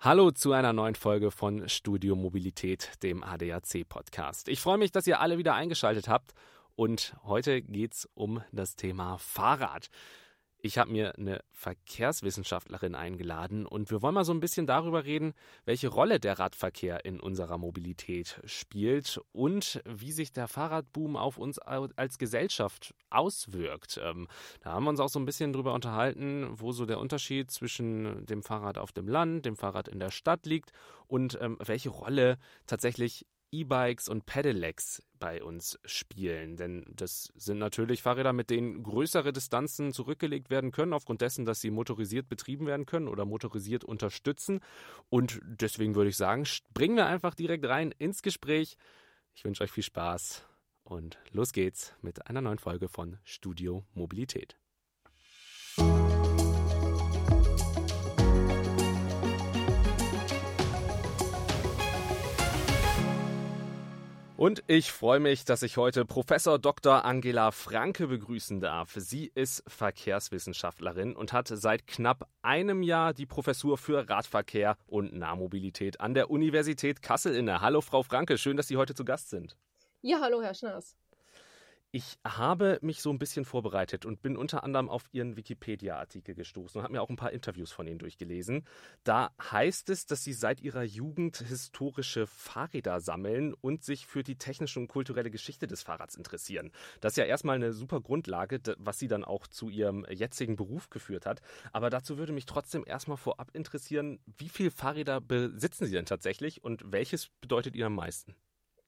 Hallo zu einer neuen Folge von Studio Mobilität, dem ADAC-Podcast. Ich freue mich, dass ihr alle wieder eingeschaltet habt und heute geht es um das Thema Fahrrad. Ich habe mir eine Verkehrswissenschaftlerin eingeladen und wir wollen mal so ein bisschen darüber reden, welche Rolle der Radverkehr in unserer Mobilität spielt und wie sich der Fahrradboom auf uns als Gesellschaft auswirkt. Da haben wir uns auch so ein bisschen drüber unterhalten, wo so der Unterschied zwischen dem Fahrrad auf dem Land, dem Fahrrad in der Stadt liegt und welche Rolle tatsächlich E-Bikes und Pedelecs bei uns spielen. Denn das sind natürlich Fahrräder, mit denen größere Distanzen zurückgelegt werden können, aufgrund dessen, dass sie motorisiert betrieben werden können oder motorisiert unterstützen. Und deswegen würde ich sagen, springen wir einfach direkt rein ins Gespräch. Ich wünsche euch viel Spaß und los geht's mit einer neuen Folge von Studio Mobilität. Und ich freue mich, dass ich heute Professor Dr. Angela Franke begrüßen darf. Sie ist Verkehrswissenschaftlerin und hat seit knapp einem Jahr die Professur für Radverkehr und Nahmobilität an der Universität Kassel inne. Hallo Frau Franke, schön, dass Sie heute zu Gast sind. Ja, hallo Herr Schnaas. Ich habe mich so ein bisschen vorbereitet und bin unter anderem auf Ihren Wikipedia-Artikel gestoßen und habe mir auch ein paar Interviews von Ihnen durchgelesen. Da heißt es, dass Sie seit Ihrer Jugend historische Fahrräder sammeln und sich für die technische und kulturelle Geschichte des Fahrrads interessieren. Das ist ja erstmal eine super Grundlage, was Sie dann auch zu Ihrem jetzigen Beruf geführt hat. Aber dazu würde mich trotzdem erstmal vorab interessieren, wie viele Fahrräder besitzen Sie denn tatsächlich und welches bedeutet Ihnen am meisten?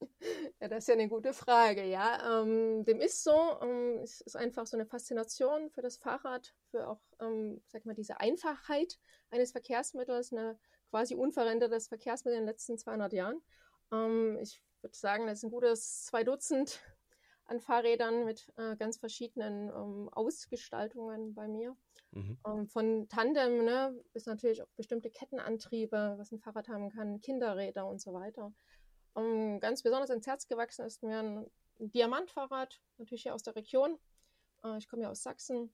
Ja, das ist ja eine gute Frage, ja. Dem ist so, es ist einfach so eine Faszination für das Fahrrad, für auch, sag mal, diese Einfachheit eines Verkehrsmittels, eine quasi unverändertes Verkehrsmittel in den letzten 200 Jahren. Ich würde sagen, das ist ein gutes 2 Dutzend an Fahrrädern mit ganz verschiedenen Ausgestaltungen bei mir. Mhm. Von Tandem, ne, bis natürlich auch bestimmte Kettenantriebe, was ein Fahrrad haben kann, Kinderräder und so weiter. Ganz besonders ins Herz gewachsen ist mir ein Diamantfahrrad, natürlich hier aus der Region. Ich komme ja aus Sachsen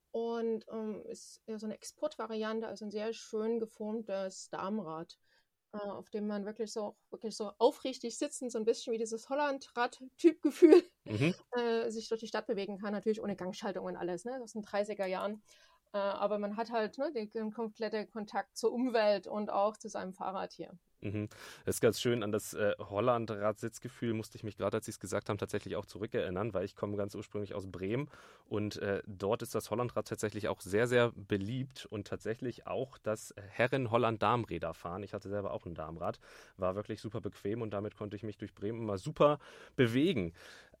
und ist eher so eine Exportvariante, also ein sehr schön geformtes Damenrad, auf dem man wirklich so aufrichtig sitzend, so ein bisschen wie dieses Hollandrad-Typgefühl, Mhm. sich durch die Stadt bewegen kann, natürlich ohne Gangschaltung und alles, ne, aus den 30er Jahren. Aber man hat halt, ne, den kompletten Kontakt zur Umwelt und auch zu seinem Fahrrad hier. Mhm. Das ist ganz schön, an das Hollandrad-Sitzgefühl musste ich mich gerade, als Sie es gesagt haben, tatsächlich auch zurückerinnern, weil ich komme ganz ursprünglich aus Bremen und dort ist das Hollandrad tatsächlich auch sehr, sehr beliebt und tatsächlich auch das Herren-Holland-Darmräder fahren. Ich hatte selber auch ein Darmrad, war wirklich super bequem und damit konnte ich mich durch Bremen immer super bewegen.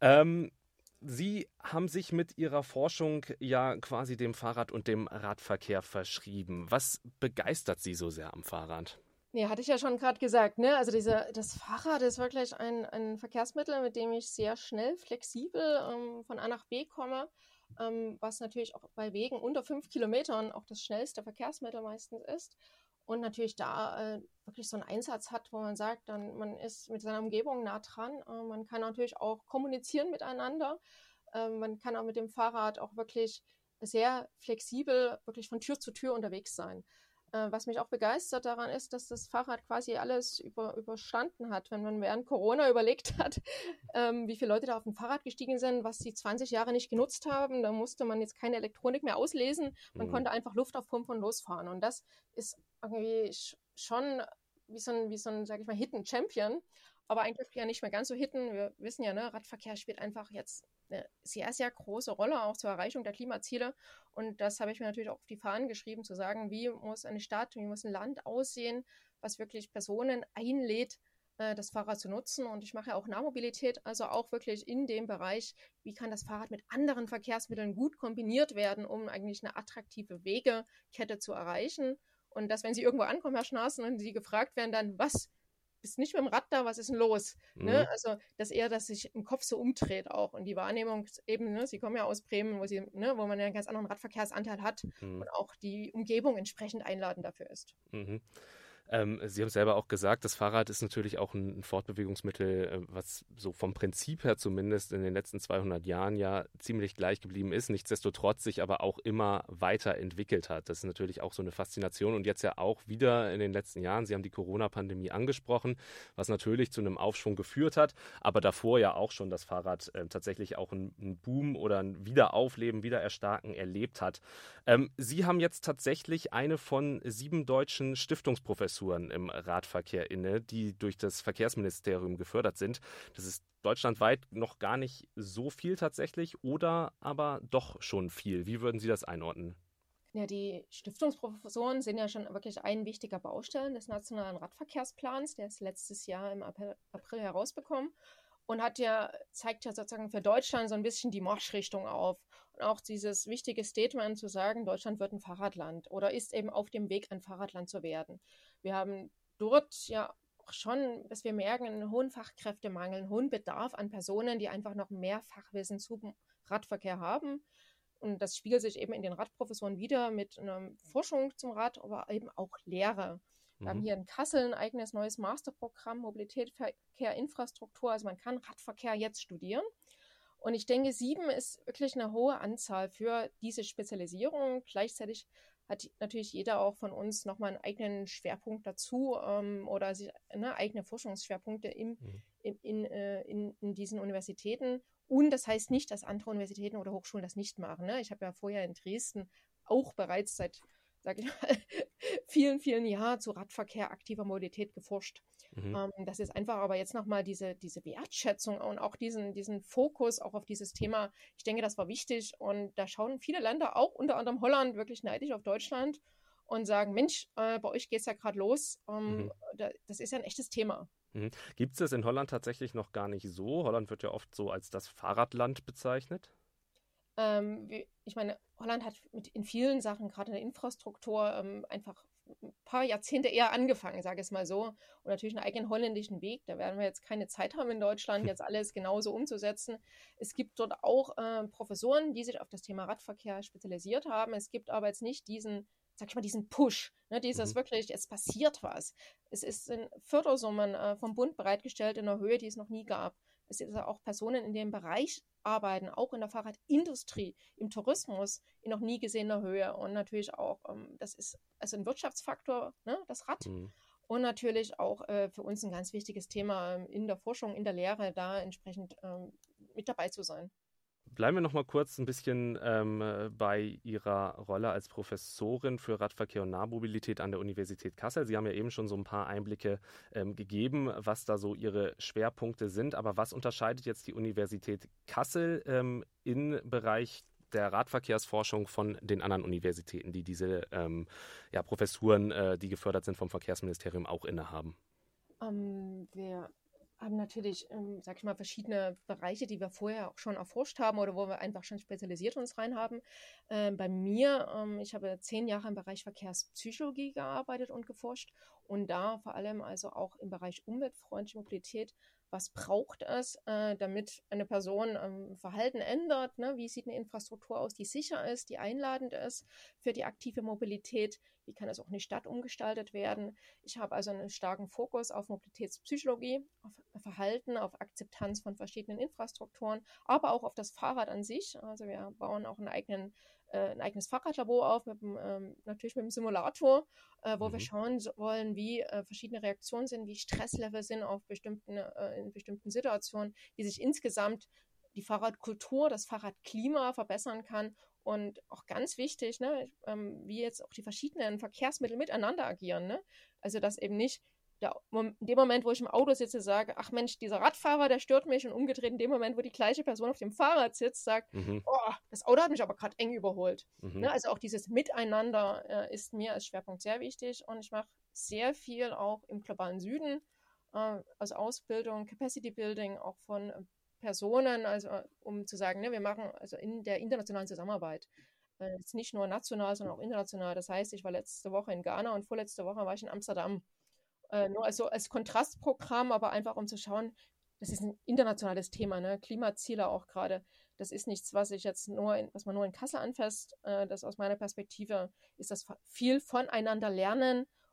Sie haben sich mit Ihrer Forschung ja quasi dem Fahrrad und dem Radverkehr verschrieben. Was begeistert Sie so sehr am Fahrrad? Ja, hatte ich ja schon gerade gesagt, ne? Also das Fahrrad ist wirklich ein Verkehrsmittel, mit dem ich sehr schnell, flexibel von A nach B komme, was natürlich auch bei Wegen unter 5 Kilometern auch das schnellste Verkehrsmittel meistens ist. Und natürlich da wirklich so einen Einsatz hat, wo man sagt, dann man ist mit seiner Umgebung nah dran. Man kann natürlich auch kommunizieren miteinander. Man kann auch mit dem Fahrrad auch wirklich sehr flexibel, wirklich von Tür zu Tür unterwegs sein. Was mich auch begeistert daran ist, dass das Fahrrad quasi alles überstanden hat. Wenn man während Corona überlegt hat, wie viele Leute da auf dem Fahrrad gestiegen sind, was sie 20 Jahre nicht genutzt haben, da musste man jetzt keine Elektronik mehr auslesen. Man konnte einfach Luft aufpumpen und losfahren. Und das ist irgendwie schon wie so ein, sag ich mal, Hidden Champion. Aber eigentlich ja nicht mehr ganz so hidden. Wir wissen ja, ne, Radverkehr spielt einfach jetzt eine sehr, sehr große Rolle auch zur Erreichung der Klimaziele. Und das habe ich mir natürlich auch auf die Fahnen geschrieben, zu sagen, wie muss eine Stadt, wie muss ein Land aussehen, was wirklich Personen einlädt, das Fahrrad zu nutzen. Und ich mache ja auch Nahmobilität, also auch wirklich in dem Bereich, wie kann das Fahrrad mit anderen Verkehrsmitteln gut kombiniert werden, um eigentlich eine attraktive Wegekette zu erreichen. Und dass, wenn Sie irgendwo ankommen, Herr Schnaas, und Sie gefragt werden, dann, was bist nicht mit dem Rad da, was ist denn los? Mhm. Ne? Also, dass eher, dass sich im Kopf so umdreht auch und die Wahrnehmung eben, ne? Sie kommen ja aus Bremen, wo man ja einen ganz anderen Radverkehrsanteil hat und auch die Umgebung entsprechend einladend dafür ist. Mhm. Sie haben selber auch gesagt, das Fahrrad ist natürlich auch ein Fortbewegungsmittel, was so vom Prinzip her zumindest in den letzten 200 Jahren ja ziemlich gleich geblieben ist, nichtsdestotrotz sich aber auch immer weiterentwickelt hat. Das ist natürlich auch so eine Faszination und jetzt ja auch wieder in den letzten Jahren, Sie haben die Corona-Pandemie angesprochen, was natürlich zu einem Aufschwung geführt hat, aber davor ja auch schon das Fahrrad tatsächlich auch einen Boom oder ein Wiederaufleben, Wiedererstarken erlebt hat. Sie haben jetzt tatsächlich eine von 7 deutschen Stiftungsprofessuren im Radverkehr inne, die durch das Verkehrsministerium gefördert sind. Das ist deutschlandweit noch gar nicht so viel tatsächlich oder aber doch schon viel. Wie würden Sie das einordnen? Ja, die Stiftungsprofessoren sind ja schon wirklich ein wichtiger Baustein des Nationalen Radverkehrsplans. Der ist letztes Jahr im April herausbekommen und zeigt ja sozusagen für Deutschland so ein bisschen die Marschrichtung auf. Und auch dieses wichtige Statement zu sagen, Deutschland wird ein Fahrradland oder ist eben auf dem Weg, ein Fahrradland zu werden. Wir haben dort ja auch schon, dass wir merken, einen hohen Fachkräftemangel, einen hohen Bedarf an Personen, die einfach noch mehr Fachwissen zum Radverkehr haben. Und das spiegelt sich eben in den Radprofessoren wieder mit einer Forschung zum Rad, aber eben auch Lehre. Wir haben hier in Kassel ein eigenes neues Masterprogramm, Mobilität, Verkehr, Infrastruktur. Also man kann Radverkehr jetzt studieren. Und ich denke, 7 ist wirklich eine hohe Anzahl für diese Spezialisierung. Gleichzeitig hat natürlich jeder auch von uns nochmal einen eigenen Schwerpunkt dazu oder eigene Forschungsschwerpunkte in diesen Universitäten. Und das heißt nicht, dass andere Universitäten oder Hochschulen das nicht machen. Ne? Ich habe ja vorher in Dresden auch bereits seit, sage ich mal, vielen, vielen Jahren zu Radverkehr, aktiver Mobilität geforscht. Das ist einfach aber jetzt nochmal diese Wertschätzung und auch diesen Fokus auch auf dieses Thema. Ich denke, das war wichtig und da schauen viele Länder, auch unter anderem Holland, wirklich neidisch auf Deutschland und sagen, Mensch, bei euch geht es ja gerade los. Das ist ja ein echtes Thema. Gibt es das in Holland tatsächlich noch gar nicht so? Holland wird ja oft so als das Fahrradland bezeichnet. Ich meine, Holland hat in vielen Sachen, gerade in der Infrastruktur, einfach ein paar Jahrzehnte eher angefangen, sage ich es mal so. Und natürlich einen eigenen holländischen Weg. Da werden wir jetzt keine Zeit haben in Deutschland, jetzt alles genauso umzusetzen. Es gibt dort auch Professoren, die sich auf das Thema Radverkehr spezialisiert haben. Es gibt aber jetzt nicht diesen Push, ne, wirklich, es passiert was. Es sind Fördersummen vom Bund bereitgestellt in einer Höhe, die es noch nie gab. Es sind auch Personen in dem Bereich arbeiten, auch in der Fahrradindustrie, im Tourismus in noch nie gesehener Höhe. Und natürlich auch, das ist also ein Wirtschaftsfaktor, ne, das Rad. Und natürlich auch für uns ein ganz wichtiges Thema in der Forschung, in der Lehre, da entsprechend mit dabei zu sein. Bleiben wir noch mal kurz ein bisschen bei Ihrer Rolle als Professorin für Radverkehr und Nahmobilität an der Universität Kassel. Sie haben ja eben schon so ein paar Einblicke gegeben, was da so Ihre Schwerpunkte sind. Aber was unterscheidet jetzt die Universität Kassel im Bereich der Radverkehrsforschung von den anderen Universitäten, die diese Professuren, die gefördert sind vom Verkehrsministerium, auch innehaben? Wir haben natürlich, sag ich mal, verschiedene Bereiche, die wir vorher auch schon erforscht haben oder wo wir einfach schon spezialisiert uns rein haben. Bei mir, ich habe 10 Jahre im Bereich Verkehrspsychologie gearbeitet und geforscht und da vor allem also auch im Bereich umweltfreundliche Mobilität. Was braucht es, damit eine Person Verhalten ändert? Ne? Wie sieht eine Infrastruktur aus, die sicher ist, die einladend ist für die aktive Mobilität? Wie kann es auch in die Stadt umgestaltet werden? Ich habe also einen starken Fokus auf Mobilitätspsychologie, auf Verhalten, auf Akzeptanz von verschiedenen Infrastrukturen, aber auch auf das Fahrrad an sich. Also wir bauen auch ein eigenes Fahrradlabor auf, natürlich mit einem Simulator, wo wir schauen wollen, wie verschiedene Reaktionen sind, wie Stresslevel sind in bestimmten Situationen, wie sich insgesamt die Fahrradkultur, das Fahrradklima verbessern kann und auch ganz wichtig, ne, wie jetzt auch die verschiedenen Verkehrsmittel miteinander agieren. Ne? Also dass eben nicht in dem Moment, wo ich im Auto sitze, sage, ach Mensch, dieser Radfahrer, der stört mich und umgedreht in dem Moment, wo die gleiche Person auf dem Fahrrad sitzt, sagt, oh, das Auto hat mich aber gerade eng überholt. Ne? Also auch dieses Miteinander ist mir als Schwerpunkt sehr wichtig und ich mache sehr viel auch im globalen Süden, also Ausbildung, Capacity Building auch von Personen, also um zu sagen, ne, wir machen also in der internationalen Zusammenarbeit. Jetzt nicht nur national, sondern auch international. Das heißt, ich war letzte Woche in Ghana und vorletzte Woche war ich in Amsterdam. Nur also als Kontrastprogramm, aber einfach um zu schauen, das ist ein internationales Thema, ne? Klimaziele auch gerade. Das ist nichts, was man nur in Kassel anfasst. Das aus meiner Perspektive ist das viel voneinander lernen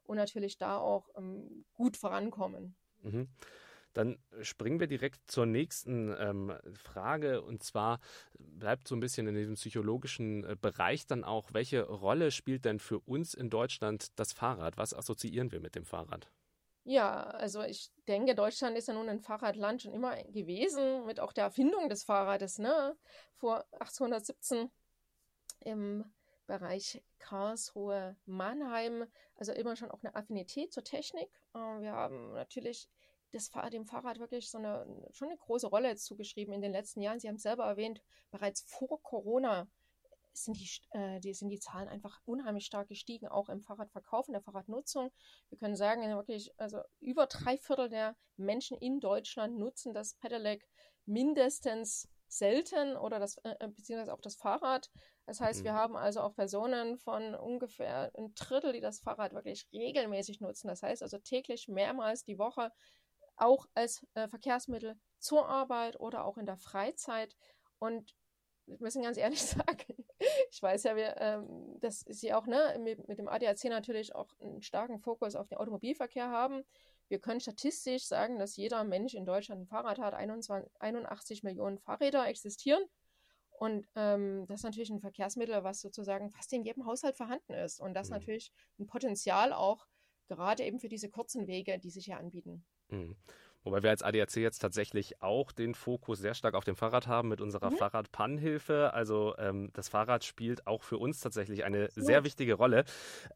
und natürlich da auch gut vorankommen. Mhm. Dann springen wir direkt zur nächsten Frage, und zwar bleibt so ein bisschen in diesem psychologischen Bereich dann auch, welche Rolle spielt denn für uns in Deutschland das Fahrrad? Was assoziieren wir mit dem Fahrrad? Ja, also ich denke, Deutschland ist ja nun ein Fahrradland schon immer gewesen, mit auch der Erfindung des Fahrrades, ne? Vor 1817 im Bereich Karlsruhe, Mannheim, also immer schon auch eine Affinität zur Technik. Wir haben natürlich dem Fahrrad wirklich schon eine große Rolle jetzt zugeschrieben in den letzten Jahren. Sie haben es selber erwähnt, bereits vor Corona sind die Zahlen einfach unheimlich stark gestiegen, auch im Fahrradverkauf und der Fahrradnutzung. Wir können sagen, wirklich, also über 3/4 der Menschen in Deutschland nutzen das Pedelec mindestens selten oder beziehungsweise auch das Fahrrad. Das heißt, wir haben also auch Personen von ungefähr 1/3, die das Fahrrad wirklich regelmäßig nutzen. Das heißt also täglich mehrmals die Woche auch als Verkehrsmittel zur Arbeit oder auch in der Freizeit. Und wir müssen ganz ehrlich sagen, ich weiß ja, dass Sie auch mit dem ADAC natürlich auch einen starken Fokus auf den Automobilverkehr haben. Wir können statistisch sagen, dass jeder Mensch in Deutschland ein Fahrrad hat. 81 Millionen Fahrräder existieren. Und das ist natürlich ein Verkehrsmittel, was sozusagen fast in jedem Haushalt vorhanden ist. Und das natürlich ein Potenzial auch gerade eben für diese kurzen Wege, die sich hier anbieten. Mhm. Wobei wir als ADAC jetzt tatsächlich auch den Fokus sehr stark auf dem Fahrrad haben mit unserer Fahrradpannhilfe. Also das Fahrrad spielt auch für uns tatsächlich eine sehr wichtige Rolle.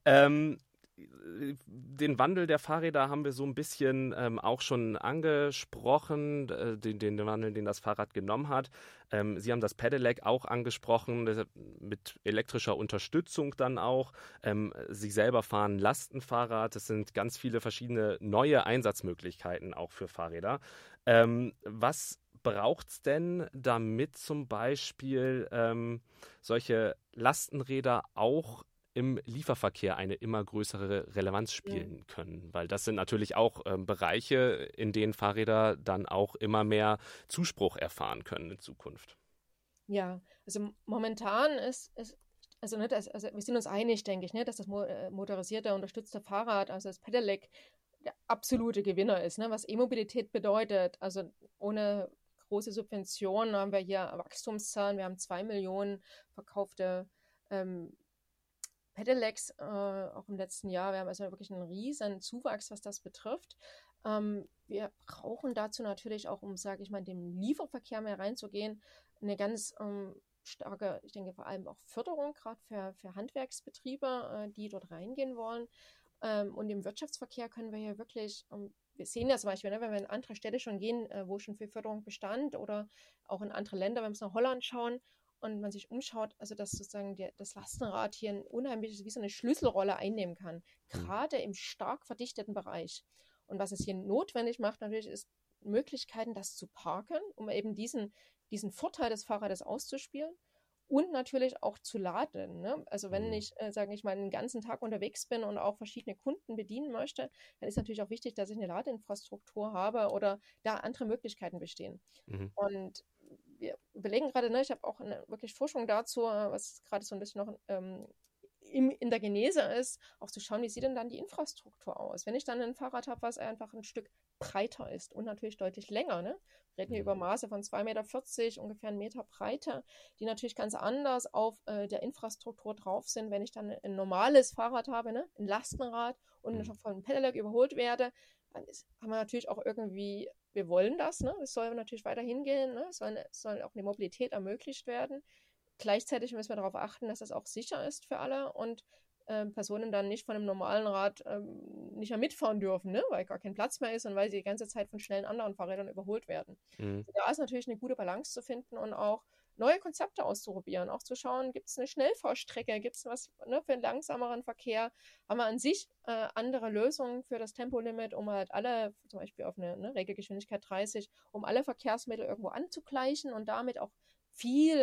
Den Wandel der Fahrräder haben wir so ein bisschen auch schon angesprochen, den Wandel, den das Fahrrad genommen hat. Sie haben das Pedelec auch angesprochen, mit elektrischer Unterstützung dann auch. Sie selber fahren Lastenfahrrad. Es sind ganz viele verschiedene neue Einsatzmöglichkeiten auch für Fahrräder. Was braucht es denn, damit zum Beispiel solche Lastenräder auch im Lieferverkehr eine immer größere Relevanz spielen können? Weil das sind natürlich auch Bereiche, in denen Fahrräder dann auch immer mehr Zuspruch erfahren können in Zukunft. Ja, also momentan also wir sind uns einig, denke ich, ne, dass das motorisierte, unterstützte Fahrrad, also das Pedelec, der absolute Gewinner ist, ne, was E-Mobilität bedeutet. Also ohne große Subventionen haben wir hier Wachstumszahlen. Wir haben 2 Millionen verkaufte Pedelecs auch im letzten Jahr. Wir haben also wirklich einen riesen Zuwachs, was das betrifft. Wir brauchen dazu natürlich auch, um, sage ich mal, in den Lieferverkehr mehr reinzugehen, eine ganz starke, ich denke vor allem auch Förderung, gerade für Handwerksbetriebe, die dort reingehen wollen. Und im Wirtschaftsverkehr können wir ja wirklich, wir sehen ja zum Beispiel, ne, wenn wir in andere Städte schon gehen, wo schon viel Förderung bestand oder auch in andere Länder, wenn wir nach Holland schauen, und man sich umschaut, also dass sozusagen das Lastenrad hier ein unheimliches, wie so eine Schlüsselrolle einnehmen kann, gerade im stark verdichteten Bereich. Und was es hier notwendig macht, natürlich ist Möglichkeiten, das zu parken, um eben diesen Vorteil des Fahrrades auszuspielen und natürlich auch zu laden. Ne? Also wenn ich, sage ich mal, den ganzen Tag unterwegs bin und auch verschiedene Kunden bedienen möchte, dann ist natürlich auch wichtig, dass ich eine Ladeinfrastruktur habe oder da andere Möglichkeiten bestehen. Und wir überlegen gerade, ne, ich habe auch wirklich Forschung dazu, was gerade so ein bisschen noch in der Genese ist, auch zu schauen, wie sieht denn dann die Infrastruktur aus. Wenn ich dann ein Fahrrad habe, was einfach ein Stück breiter ist und natürlich deutlich länger, ne? Wir reden hier über Maße von 2,40 Meter, ungefähr 1 Meter Breite, die natürlich ganz anders auf der Infrastruktur drauf sind, wenn ich dann ein normales Fahrrad habe, ne? Ein Lastenrad und schon von einem Pedelec überholt werde, dann haben wir natürlich auch irgendwie, wir wollen das, ne? Es soll natürlich weiterhin gehen, ne? Es soll auch eine Mobilität ermöglicht werden. Gleichzeitig müssen wir darauf achten, dass das auch sicher ist für alle und Personen dann nicht von einem normalen Rad nicht mehr mitfahren dürfen, ne? Weil gar kein Platz mehr ist und weil sie die ganze Zeit von schnellen anderen Fahrrädern überholt werden. Also da ist natürlich eine gute Balance zu finden und auch neue Konzepte auszuprobieren, auch zu schauen, gibt es eine Schnellfahrstrecke, gibt es was, ne, für einen langsameren Verkehr, haben wir an sich andere Lösungen für das Tempolimit, um halt alle, zum Beispiel auf eine Regelgeschwindigkeit 30, um alle Verkehrsmittel irgendwo anzugleichen und damit auch viel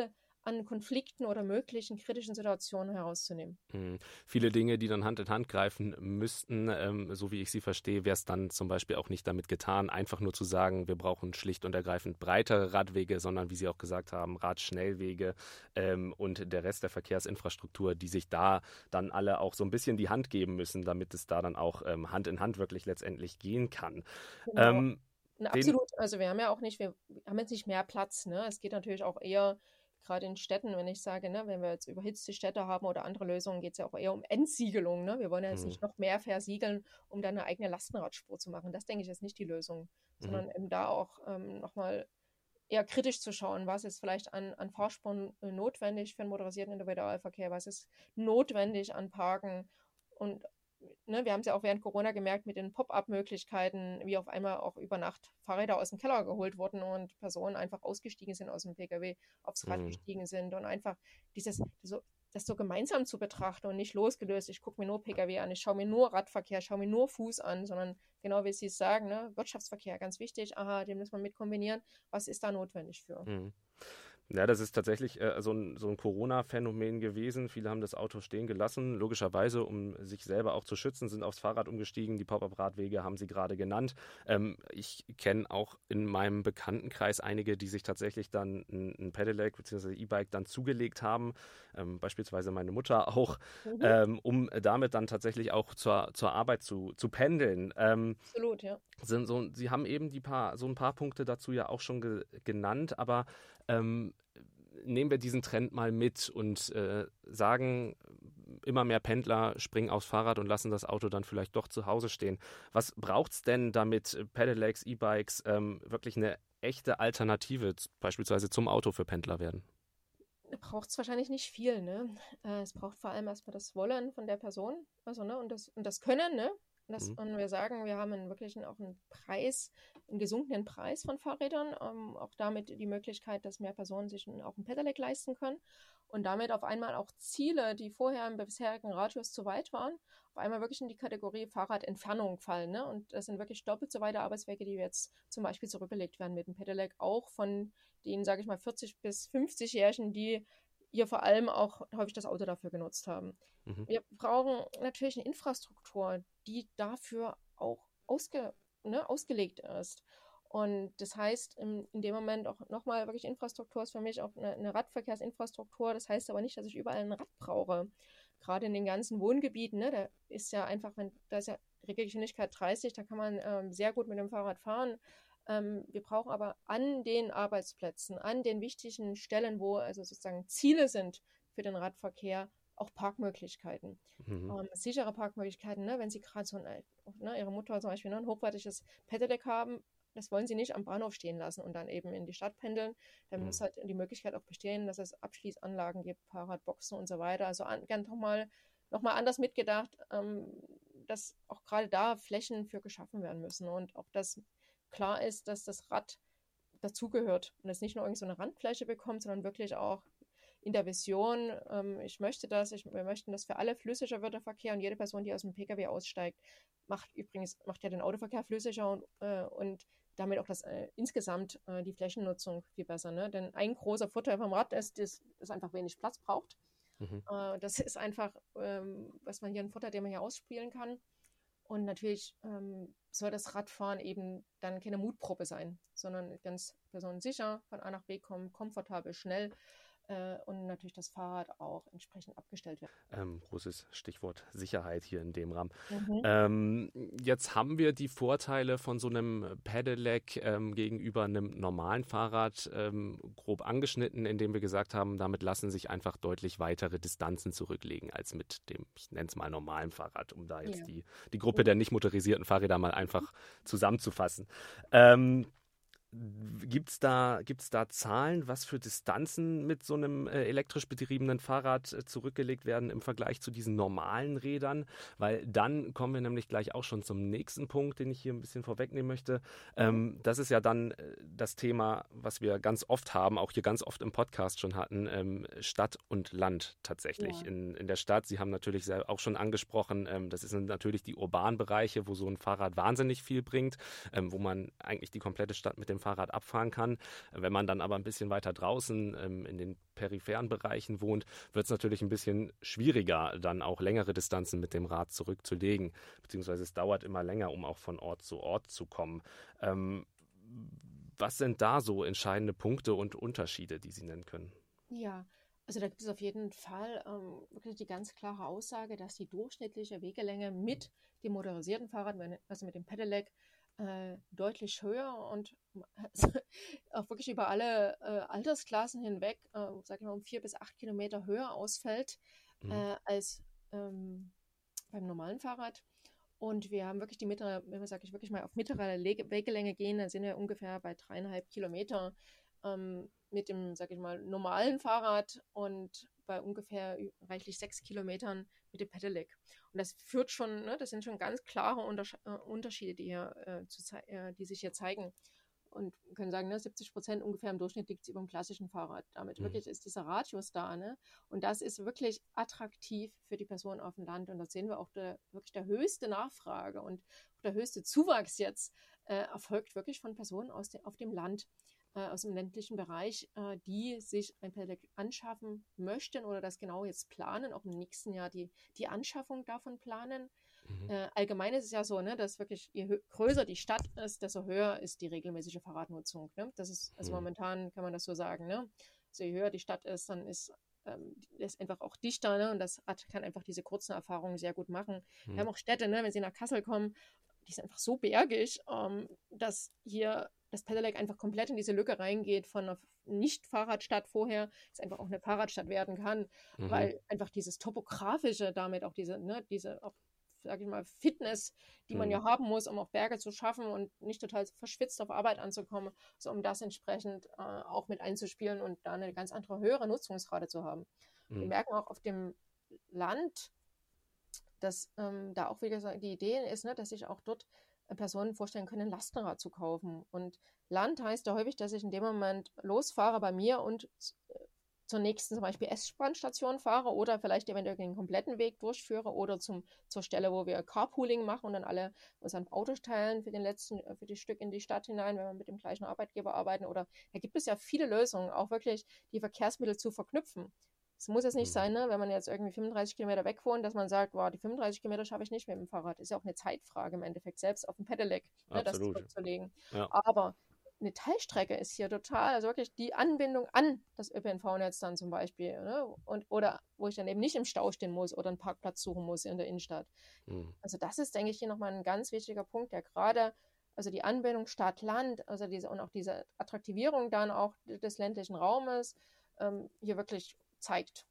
an Konflikten oder möglichen kritischen Situationen herauszunehmen. Viele Dinge, die dann Hand in Hand greifen müssten, so wie ich sie verstehe, wäre es dann zum Beispiel auch nicht damit getan, einfach nur zu sagen, wir brauchen schlicht und ergreifend breitere Radwege, sondern wie Sie auch gesagt haben, Radschnellwege und der Rest der Verkehrsinfrastruktur, die sich da dann alle auch so ein bisschen die Hand geben müssen, damit es da dann auch Hand in Hand wirklich letztendlich gehen kann. Genau. Absolut. Also wir haben ja auch nicht, wir haben jetzt nicht mehr Platz. Ne? Es geht natürlich auch eher, gerade in Städten, wenn ich sage, ne, wenn wir jetzt überhitzte Städte haben oder andere Lösungen, geht es ja auch eher um Entsiegelung. Ne? Wir wollen ja jetzt nicht noch mehr versiegeln, um dann eine eigene Lastenradspur zu machen. Das, denke ich, ist nicht die Lösung, sondern eben da auch nochmal eher kritisch zu schauen, was ist vielleicht an Fahrspuren notwendig für einen motorisierten Individualverkehr, was ist notwendig an Parken und ne, wir haben es ja auch während Corona gemerkt mit den Pop-up-Möglichkeiten, wie auf einmal auch über Nacht Fahrräder aus dem Keller geholt wurden und Personen einfach ausgestiegen sind aus dem Pkw, aufs Rad gestiegen sind und einfach das so gemeinsam zu betrachten und nicht losgelöst, ich gucke mir nur Pkw an, ich schaue mir nur Radverkehr, schaue mir nur Fuß an, sondern genau wie Sie es sagen, ne, Wirtschaftsverkehr, ganz wichtig, den muss man mit kombinieren, was ist da notwendig für? Ja, das ist tatsächlich so ein Corona-Phänomen gewesen. Viele haben das Auto stehen gelassen, logischerweise, um sich selber auch zu schützen, sind aufs Fahrrad umgestiegen. Die Pop-up-Radwege haben Sie gerade genannt. Ich kenne auch in meinem Bekanntenkreis einige, die sich tatsächlich dann ein Pedelec bzw. E-Bike dann zugelegt haben, beispielsweise meine Mutter auch, um damit dann tatsächlich auch zur Arbeit zu pendeln. Absolut, ja. Sie haben eben so ein paar Punkte dazu ja auch schon genannt, aber nehmen wir diesen Trend mal mit und sagen, immer mehr Pendler springen aufs Fahrrad und lassen das Auto dann vielleicht doch zu Hause stehen. Was braucht es denn, damit Pedelecs, E-Bikes wirklich eine echte Alternative beispielsweise zum Auto für Pendler werden? Braucht es wahrscheinlich nicht viel, ne? Es braucht vor allem erstmal das Wollen von der Person, also, ne, und das Können, ne? Und wir sagen, wir haben auch einen gesunkenen Preis von Fahrrädern, auch damit die Möglichkeit, dass mehr Personen sich auch ein Pedelec leisten können und damit auf einmal auch Ziele, die vorher im bisherigen Radius zu weit waren, auf einmal wirklich in die Kategorie Fahrradentfernung fallen. Ne? Und das sind wirklich doppelt so weite Arbeitswege, die jetzt zum Beispiel zurückgelegt werden mit dem Pedelec, auch von den, sage ich mal, 40- bis 50-Jährigen, die hier vor allem auch häufig das Auto dafür genutzt haben. Wir brauchen natürlich eine Infrastruktur, die dafür auch ausgelegt ist. Und das heißt, in dem Moment auch nochmal wirklich Infrastruktur ist für mich auch eine Radverkehrsinfrastruktur. Das heißt aber nicht, dass ich überall ein Rad brauche. Gerade in den ganzen Wohngebieten, ne, da ist ja einfach, da ist ja Regelgeschwindigkeit 30, da kann man sehr gut mit dem Fahrrad fahren. Wir brauchen aber an den Arbeitsplätzen, an den wichtigen Stellen, wo also sozusagen Ziele sind für den Radverkehr, auch Parkmöglichkeiten. Sichere Parkmöglichkeiten, ne? Wenn Sie gerade Ihre Mutter zum Beispiel ein hochwertiges Pedelec haben, das wollen Sie nicht am Bahnhof stehen lassen und dann eben in die Stadt pendeln. Dann muss halt die Möglichkeit auch bestehen, dass es Abschließanlagen gibt, Fahrradboxen und so weiter. Also ganz nochmal anders mitgedacht, dass auch gerade da Flächen für geschaffen werden müssen und auch das klar ist, dass das Rad dazugehört und es nicht nur irgend so eine Randfläche bekommt, sondern wirklich auch in der Vision, wir möchten, dass für alle flüssiger wird der Verkehr und jede Person, die aus dem Pkw aussteigt, macht ja den Autoverkehr flüssiger und damit auch insgesamt die Flächennutzung viel besser. Ne? Denn ein großer Vorteil vom Rad ist, dass es einfach wenig Platz braucht. Das ist einfach, was man hier einen Vorteil, den man hier ausspielen kann. Und natürlich soll das Radfahren eben dann keine Mutprobe sein, sondern ganz personensicher von A nach B kommen, komfortabel, schnell und natürlich das Fahrrad auch entsprechend abgestellt werden. Großes Stichwort Sicherheit hier in dem Rahmen. Jetzt haben wir die Vorteile von so einem Pedelec gegenüber einem normalen Fahrrad grob angeschnitten, indem wir gesagt haben, damit lassen sich einfach deutlich weitere Distanzen zurücklegen als mit dem, ich nenne es mal, normalen Fahrrad, um da jetzt die Gruppe der nicht motorisierten Fahrräder mal einfach zusammenzufassen. Gibt es da Zahlen, was für Distanzen mit so einem elektrisch betriebenen Fahrrad zurückgelegt werden im Vergleich zu diesen normalen Rädern? Weil dann kommen wir nämlich gleich auch schon zum nächsten Punkt, den ich hier ein bisschen vorwegnehmen möchte. Das ist ja dann das Thema, was wir ganz oft haben, auch hier ganz oft im Podcast schon hatten, Stadt und Land tatsächlich. Ja. In der Stadt, Sie haben natürlich auch schon angesprochen, das sind natürlich die urbanen Bereiche, wo so ein Fahrrad wahnsinnig viel bringt, wo man eigentlich die komplette Stadt mit dem Fahrrad abfahren kann. Wenn man dann aber ein bisschen weiter draußen in den peripheren Bereichen wohnt, wird es natürlich ein bisschen schwieriger, dann auch längere Distanzen mit dem Rad zurückzulegen, beziehungsweise es dauert immer länger, um auch von Ort zu Ort zu kommen. Was sind da so entscheidende Punkte und Unterschiede, die Sie nennen können? Ja, also da gibt es auf jeden Fall wirklich die ganz klare Aussage, dass die durchschnittliche Wegelänge mit dem motorisierten Fahrrad, also mit dem Pedelec, deutlich höher und auch wirklich über alle Altersklassen hinweg, sage ich mal, um 4 bis 8 Kilometer höher ausfällt als beim normalen Fahrrad. Und wir haben wirklich die mittlere, wenn wir, sage ich, wirklich mal auf mittlere Wegelänge gehen, dann sind wir ungefähr bei 3,5 Kilometer mit dem, sage ich mal, normalen Fahrrad und bei ungefähr reichlich 6 Kilometern mit dem Pedelec. Und das führt schon, ne, das sind schon ganz klare Unterschiede, die sich hier zeigen. Und wir können sagen, ne, 70% ungefähr im Durchschnitt liegt es über dem klassischen Fahrrad. Damit wirklich ist dieser Radius da. Ne? Und das ist wirklich attraktiv für die Personen auf dem Land. Und da sehen wir auch wirklich der höchste Nachfrage und der höchste Zuwachs jetzt erfolgt wirklich von Personen auf dem Land, aus dem ländlichen Bereich, die sich ein Pedelec anschaffen möchten oder das genau jetzt planen, auch im nächsten Jahr die Anschaffung davon planen. Allgemein ist es ja so, ne, dass wirklich je größer die Stadt ist, desto höher ist die regelmäßige Fahrradnutzung. Ne? Das ist, also momentan kann man das so sagen. Ne? Also je höher die Stadt ist, dann ist einfach auch dichter, ne? Und das Rad kann einfach diese kurzen Erfahrungen sehr gut machen. Wir haben auch Städte, ne, wenn Sie nach Kassel kommen, die sind einfach so bergig, dass hier das Pedelec einfach komplett in diese Lücke reingeht von einer Nicht-Fahrradstadt vorher, es einfach auch eine Fahrradstadt werden kann, weil einfach dieses Topografische damit auch diese auch, sage ich mal, Fitness, die man ja haben muss, um auch Berge zu schaffen und nicht total verschwitzt auf Arbeit anzukommen, so um das entsprechend auch mit einzuspielen und da eine ganz andere, höhere Nutzungsrate zu haben. Wir merken auch auf dem Land, dass da auch, wie gesagt, die Idee ist, ne, dass sich auch dort Personen vorstellen können, ein Lastenrad zu kaufen. Und Land heißt ja häufig, dass ich in dem Moment losfahre bei mir und zur nächsten zum Beispiel S-Bahn-Station fahre oder vielleicht eventuell den kompletten Weg durchführe oder zur Stelle, wo wir Carpooling machen und dann alle unseren Autos teilen für die Stück in die Stadt hinein, wenn wir mit dem gleichen Arbeitgeber arbeiten. Oder da gibt es ja viele Lösungen, auch wirklich die Verkehrsmittel zu verknüpfen. Es muss jetzt nicht sein, ne, wenn man jetzt irgendwie 35 Kilometer weg wohnt, dass man sagt, wow, die 35 Kilometer schaffe ich nicht mit dem Fahrrad. Ist ja auch eine Zeitfrage im Endeffekt, selbst auf dem Pedelec, ne, das zurückzulegen. Ja. Aber eine Teilstrecke ist hier total, also wirklich die Anbindung an das ÖPNV-Netz dann zum Beispiel, ne, oder wo ich dann eben nicht im Stau stehen muss oder einen Parkplatz suchen muss in der Innenstadt. Also das ist, denke ich, hier nochmal ein ganz wichtiger Punkt, der gerade, also die Anbindung Stadt-Land, also und auch diese Attraktivierung dann auch des ländlichen Raumes hier wirklich zeigt.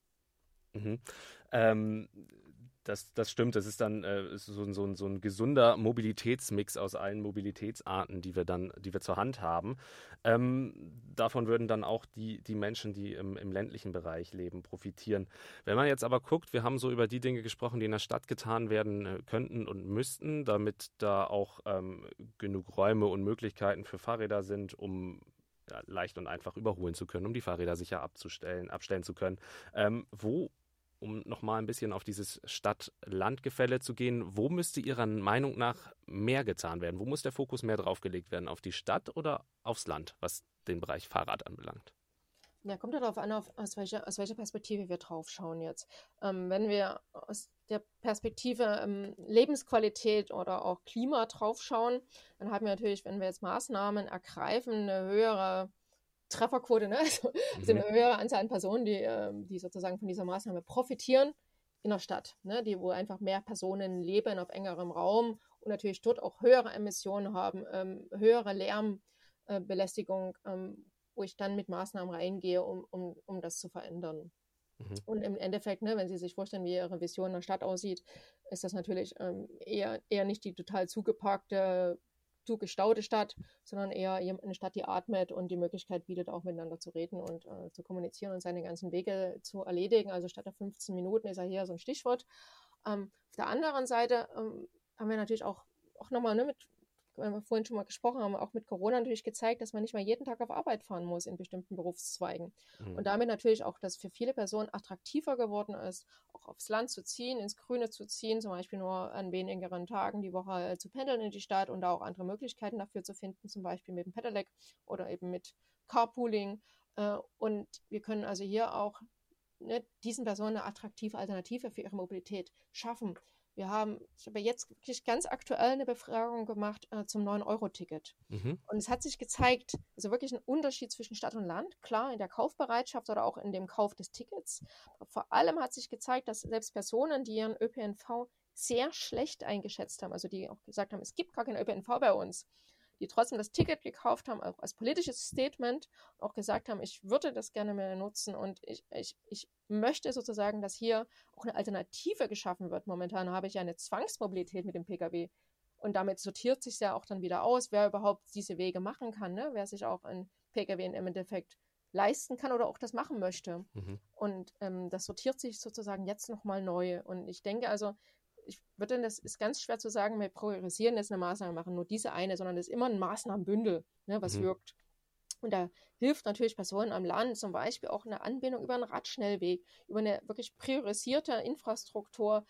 Das stimmt, das ist dann so ein gesunder Mobilitätsmix aus allen Mobilitätsarten, die wir zur Hand haben. Davon würden dann auch die Menschen, die im ländlichen Bereich leben, profitieren. Wenn man jetzt aber guckt, wir haben so über die Dinge gesprochen, die in der Stadt getan werden könnten und müssten, damit da auch genug Räume und Möglichkeiten für Fahrräder sind, um leicht und einfach überholen zu können, um die Fahrräder sicher abstellen zu können. Um nochmal ein bisschen auf dieses Stadt-Land-Gefälle zu gehen, wo müsste Ihrer Meinung nach mehr getan werden? Wo muss der Fokus mehr drauf gelegt werden? Auf die Stadt oder aufs Land, was den Bereich Fahrrad anbelangt? Ja, kommt ja darauf an, aus welcher Perspektive wir drauf schauen jetzt. Wenn wir aus der Perspektive Lebensqualität oder auch Klima drauf schauen, dann haben wir natürlich, wenn wir jetzt Maßnahmen ergreifen, eine höhere Trefferquote, ne? Also eine höhere Anzahl an Personen, die sozusagen von dieser Maßnahme profitieren in der Stadt, ne? Wo einfach mehr Personen leben auf engerem Raum und natürlich dort auch höhere Emissionen haben, höhere Lärmbelästigung, wo ich dann mit Maßnahmen reingehe, um das zu verändern. Und im Endeffekt, ne, wenn Sie sich vorstellen, wie Ihre Vision in der Stadt aussieht, ist das natürlich eher nicht die total zugeparkte, zugestaute Stadt, sondern eher eine Stadt, die atmet und die Möglichkeit bietet, auch miteinander zu reden und zu kommunizieren und seine ganzen Wege zu erledigen. Also statt der 15 Minuten ist ja hier so ein Stichwort. Auf der anderen Seite haben wir natürlich auch nochmal, ne, mit wenn wir vorhin schon mal gesprochen haben, auch mit Corona natürlich gezeigt, dass man nicht mehr jeden Tag auf Arbeit fahren muss in bestimmten Berufszweigen. Und damit natürlich auch, dass für viele Personen attraktiver geworden ist, auch aufs Land zu ziehen, ins Grüne zu ziehen, zum Beispiel nur an wenigeren Tagen die Woche zu pendeln in die Stadt und da auch andere Möglichkeiten dafür zu finden, zum Beispiel mit dem Pedelec oder eben mit Carpooling. Und wir können also hier auch diesen Personen eine attraktive Alternative für ihre Mobilität schaffen. Ich habe jetzt wirklich ganz aktuell eine Befragung gemacht zum 9-Euro-Ticket. Und es hat sich gezeigt, also wirklich ein Unterschied zwischen Stadt und Land, klar in der Kaufbereitschaft oder auch in dem Kauf des Tickets. Aber vor allem hat sich gezeigt, dass selbst Personen, die ihren ÖPNV sehr schlecht eingeschätzt haben, also die auch gesagt haben, es gibt gar keinen ÖPNV bei uns, die trotzdem das Ticket gekauft haben, auch als politisches Statement, auch gesagt haben, ich würde das gerne mehr nutzen und ich möchte sozusagen, dass hier auch eine Alternative geschaffen wird. Momentan habe ich ja eine Zwangsmobilität mit dem Pkw und damit sortiert sich ja auch dann wieder aus, wer überhaupt diese Wege machen kann, ne? Wer sich auch ein Pkw im Endeffekt leisten kann oder auch das machen möchte. Und das sortiert sich sozusagen jetzt nochmal neu. Und ich denke also, das ist ganz schwer zu sagen, wir priorisieren jetzt eine Maßnahme, machen nur diese eine, sondern das ist immer ein Maßnahmenbündel, ne, was wirkt. Und da hilft natürlich Personen am Land zum Beispiel auch eine Anbindung über einen Radschnellweg, über eine wirklich priorisierte Infrastruktur,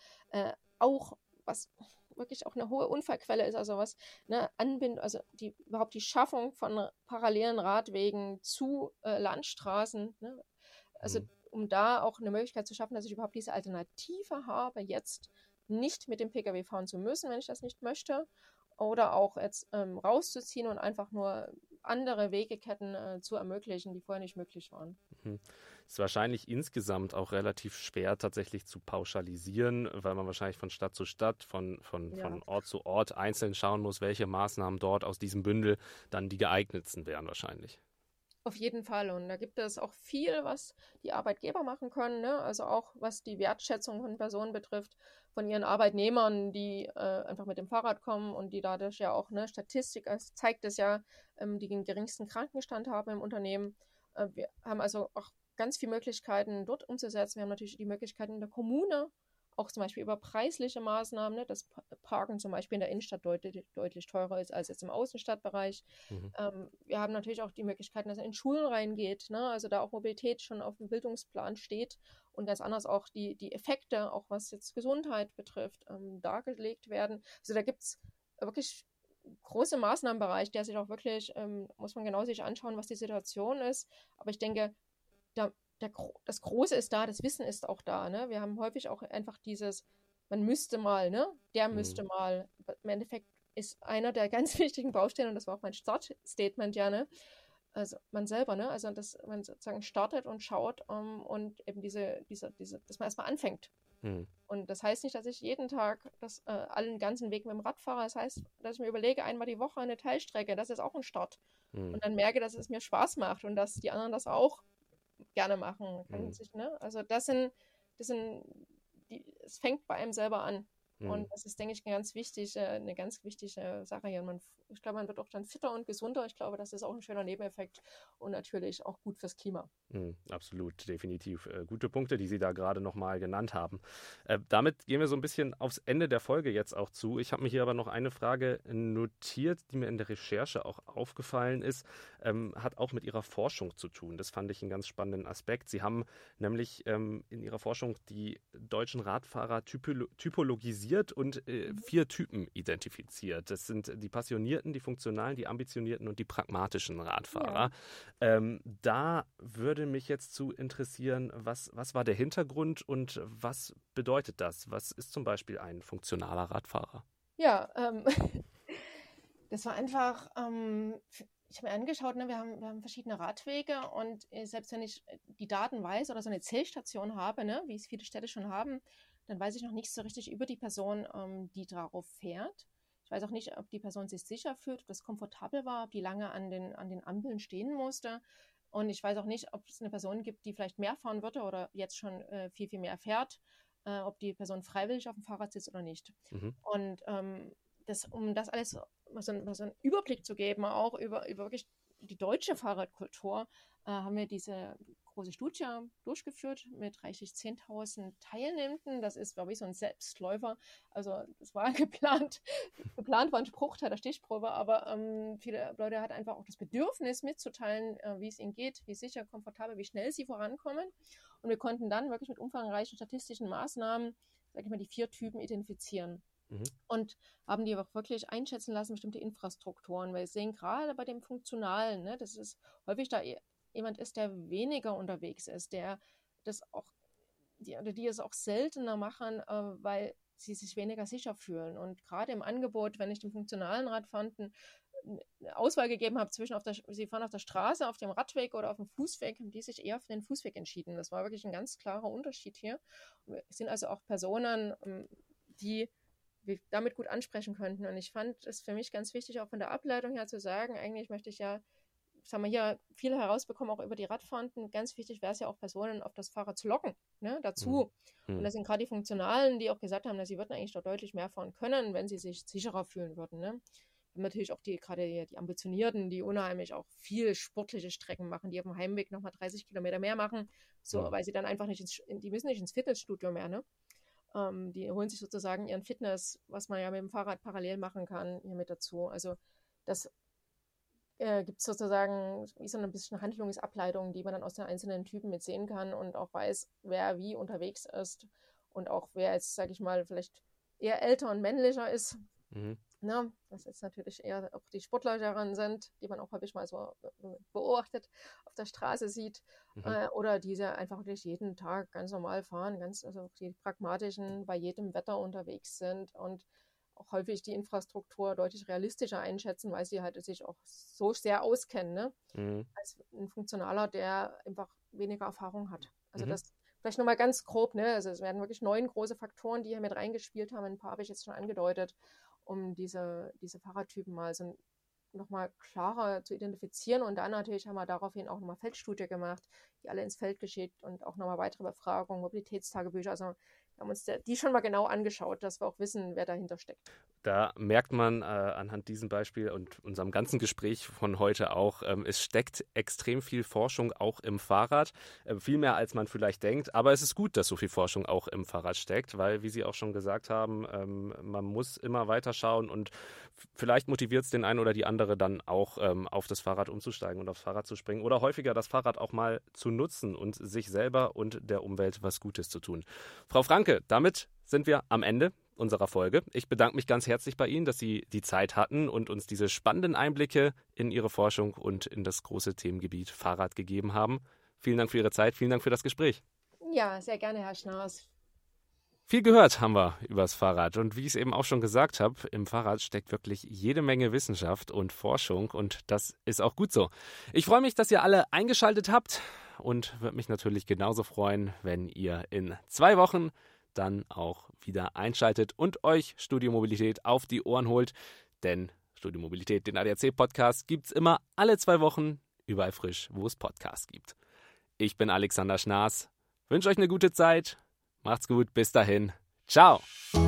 auch was wirklich auch eine hohe Unfallquelle ist, also was Anbindung, also überhaupt die Schaffung von parallelen Radwegen zu Landstraßen, ne? Also um da auch eine Möglichkeit zu schaffen, dass ich überhaupt diese Alternative habe, jetzt nicht mit dem Pkw fahren zu müssen, wenn ich das nicht möchte, oder auch jetzt rauszuziehen und einfach nur andere Wegeketten zu ermöglichen, die vorher nicht möglich waren. Ist wahrscheinlich insgesamt auch relativ schwer tatsächlich zu pauschalisieren, weil man wahrscheinlich von Stadt zu Stadt, von Ort zu Ort einzeln schauen muss, welche Maßnahmen dort aus diesem Bündel dann die geeignetsten wären wahrscheinlich. Auf jeden Fall. Und da gibt es auch viel, was die Arbeitgeber machen können, ne? Also auch was die Wertschätzung von Personen betrifft, von ihren Arbeitnehmern, die einfach mit dem Fahrrad kommen und die dadurch ja auch, ne, Statistik zeigt es ja, die den geringsten Krankenstand haben im Unternehmen. Wir haben also auch ganz viele Möglichkeiten dort umzusetzen. Wir haben natürlich die Möglichkeiten in der Kommune, auch zum Beispiel über preisliche Maßnahmen, ne, dass Parken zum Beispiel in der Innenstadt deutlich teurer ist als jetzt im Außenstadtbereich. Wir haben natürlich auch die Möglichkeiten, dass er in Schulen reingeht, ne, also da auch Mobilität schon auf dem Bildungsplan steht und ganz anders auch die Effekte, auch was jetzt Gesundheit betrifft, dargelegt werden. Also da gibt es wirklich große Maßnahmenbereich, der sich auch wirklich, muss man genau sich anschauen, was die Situation ist. Aber ich denke, das Große ist da, das Wissen ist auch da. Ne? Wir haben häufig auch einfach man müsste mal, ne? Der müsste mal. Im Endeffekt ist einer der ganz wichtigen Baustellen, und das war auch mein Startstatement, ja, ne? Also man selber, ne? Also dass man sozusagen startet und schaut und eben dass man erstmal anfängt. Und das heißt nicht, dass ich jeden Tag allen ganzen Weg mit dem Rad fahre. Das heißt, dass ich mir überlege, einmal die Woche eine Teilstrecke, das ist auch ein Start. Und dann merke, dass es mir Spaß macht und dass die anderen das auch gerne machen. Also es fängt bei einem selber an. Und das ist, denke ich, eine ganz wichtige Sache hier. Und ich glaube, man wird auch dann fitter und gesunder. Ich glaube, das ist auch ein schöner Nebeneffekt und natürlich auch gut fürs Klima. Absolut, definitiv. Gute Punkte, die Sie da gerade nochmal genannt haben. Damit gehen wir so ein bisschen aufs Ende der Folge jetzt auch zu. Ich habe mir hier aber noch eine Frage notiert, die mir in der Recherche auch aufgefallen ist, hat auch mit Ihrer Forschung zu tun. Das fand ich einen ganz spannenden Aspekt. Sie haben nämlich in Ihrer Forschung die deutschen Radfahrer typologisiert und 4 Typen identifiziert. Das sind die passionierten, die funktionalen, die ambitionierten und die pragmatischen Radfahrer. Ja. Da würde mich jetzt zu interessieren, was war der Hintergrund und was bedeutet das? Was ist zum Beispiel ein funktionaler Radfahrer? Ja, das war einfach, ich habe mir angeschaut, ne, wir haben verschiedene Radwege und selbst wenn ich die Daten weiß oder so eine Zählstation habe, ne, wie es viele Städte schon haben, dann weiß ich noch nichts so richtig über die Person, die darauf fährt. Ich weiß auch nicht, ob die Person sich sicher fühlt, ob das komfortabel war, ob die lange an den Ampeln stehen musste. Und ich weiß auch nicht, ob es eine Person gibt, die vielleicht mehr fahren würde oder jetzt schon viel, viel mehr fährt, ob die Person freiwillig auf dem Fahrrad sitzt oder nicht. Und um das alles so einen Überblick zu geben, auch über wirklich die deutsche Fahrradkultur, haben wir diese große Studie durchgeführt mit reichlich 10.000 Teilnehmenden. Das ist, glaube ich, so ein Selbstläufer. Also das war geplant war ein Bruchteil der Stichprobe, aber viele Leute hatten einfach auch das Bedürfnis mitzuteilen, wie es ihnen geht, wie sicher, komfortabel, wie schnell sie vorankommen. Und wir konnten dann wirklich mit umfangreichen statistischen Maßnahmen, sage ich mal, die 4 Typen identifizieren. Und haben die auch wirklich einschätzen lassen, bestimmte Infrastrukturen, weil wir sehen gerade bei dem Funktionalen, ne, dass es häufig da jemand ist, der weniger unterwegs ist, der das auch, die es auch seltener machen, weil sie sich weniger sicher fühlen. Und gerade im Angebot, wenn ich dem funktionalen Radfahrenden eine Auswahl gegeben habe zwischen sie fahren auf der Straße, auf dem Radweg oder auf dem Fußweg, haben die sich eher für den Fußweg entschieden. Das war wirklich ein ganz klarer Unterschied hier. Es sind also auch Personen, die wir damit gut ansprechen könnten. Und ich fand es für mich ganz wichtig, auch von der Ableitung her zu sagen, eigentlich möchte ich ja, sagen wir hier, viel herausbekommen, auch über die Radfahrenden. Ganz wichtig wäre es ja auch, Personen auf das Fahrrad zu locken, ne, dazu. Und das sind gerade die Funktionalen, die auch gesagt haben, dass sie würden eigentlich dort deutlich mehr fahren können, wenn sie sich sicherer fühlen würden. Ne. Und natürlich auch gerade die Ambitionierten, die unheimlich auch viel sportliche Strecken machen, die auf dem Heimweg nochmal 30 Kilometer mehr machen, so, weil sie dann einfach die müssen nicht ins Fitnessstudio mehr, ne. Die holen sich sozusagen ihren Fitness, was man ja mit dem Fahrrad parallel machen kann, hier mit dazu. Also das gibt es sozusagen wie so ein bisschen Handlungsableitungen, die man dann aus den einzelnen Typen mit sehen kann und auch weiß, wer wie unterwegs ist und auch wer jetzt, sage ich mal, vielleicht eher älter und männlicher ist. Na, das jetzt natürlich eher auch die Sportlererinnen sind, die man auch häufig mal so beobachtet, auf der Straße sieht, oder diese einfach wirklich jeden Tag ganz normal fahren, also die pragmatischen, bei jedem Wetter unterwegs sind und auch häufig die Infrastruktur deutlich realistischer einschätzen, weil sie halt sich auch so sehr auskennen, ne? Als ein Funktionaler, der einfach weniger Erfahrung hat. Also das vielleicht nochmal ganz grob, ne? Also es werden wirklich 9 große Faktoren, die hier mit reingespielt haben. Ein paar habe ich jetzt schon angedeutet, um diese Fahrradtypen mal so nochmal klarer zu identifizieren. Und dann natürlich haben wir daraufhin auch nochmal Feldstudie gemacht, die alle ins Feld geschickt und auch nochmal weitere Befragungen, Mobilitätstagebücher. Also wir haben uns die schon mal genau angeschaut, dass wir auch wissen, wer dahinter steckt. Da merkt man anhand diesem Beispiel und unserem ganzen Gespräch von heute auch, es steckt extrem viel Forschung auch im Fahrrad, viel mehr als man vielleicht denkt. Aber es ist gut, dass so viel Forschung auch im Fahrrad steckt, weil, wie Sie auch schon gesagt haben, man muss immer weiter schauen und vielleicht motiviert es den einen oder die andere dann auch auf das Fahrrad umzusteigen und aufs Fahrrad zu springen oder häufiger das Fahrrad auch mal zu nutzen und sich selber und der Umwelt was Gutes zu tun. Frau Franke, damit sind wir am Ende unserer Folge. Ich bedanke mich ganz herzlich bei Ihnen, dass Sie die Zeit hatten und uns diese spannenden Einblicke in Ihre Forschung und in das große Themengebiet Fahrrad gegeben haben. Vielen Dank für Ihre Zeit, vielen Dank für das Gespräch. Ja, sehr gerne, Herr Schnaas. Viel gehört haben wir über das Fahrrad und wie ich es eben auch schon gesagt habe, im Fahrrad steckt wirklich jede Menge Wissenschaft und Forschung und das ist auch gut so. Ich freue mich, dass ihr alle eingeschaltet habt und würde mich natürlich genauso freuen, wenn ihr in 2 Wochen dann auch wieder einschaltet und euch Studio Mobilität auf die Ohren holt, denn Studio Mobilität, den ADAC-Podcast, gibt es immer alle 2 Wochen überall frisch, wo es Podcasts gibt. Ich bin Alexander Schnaas, wünsche euch eine gute Zeit. Macht's gut, bis dahin. Ciao.